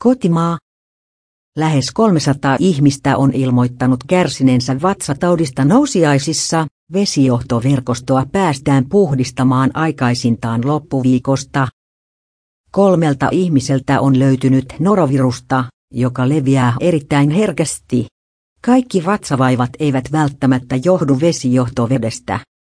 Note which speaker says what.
Speaker 1: Kotimaa. Lähes 300 ihmistä on ilmoittanut kärsineensä vatsataudista Nousiaisissa. Vesijohtoverkostoa päästään puhdistamaan aikaisintaan loppuviikosta. 3 ihmiseltä on löytynyt norovirusta, joka leviää erittäin herkästi. Kaikki vatsavaivat eivät välttämättä johdu vesijohtovedestä.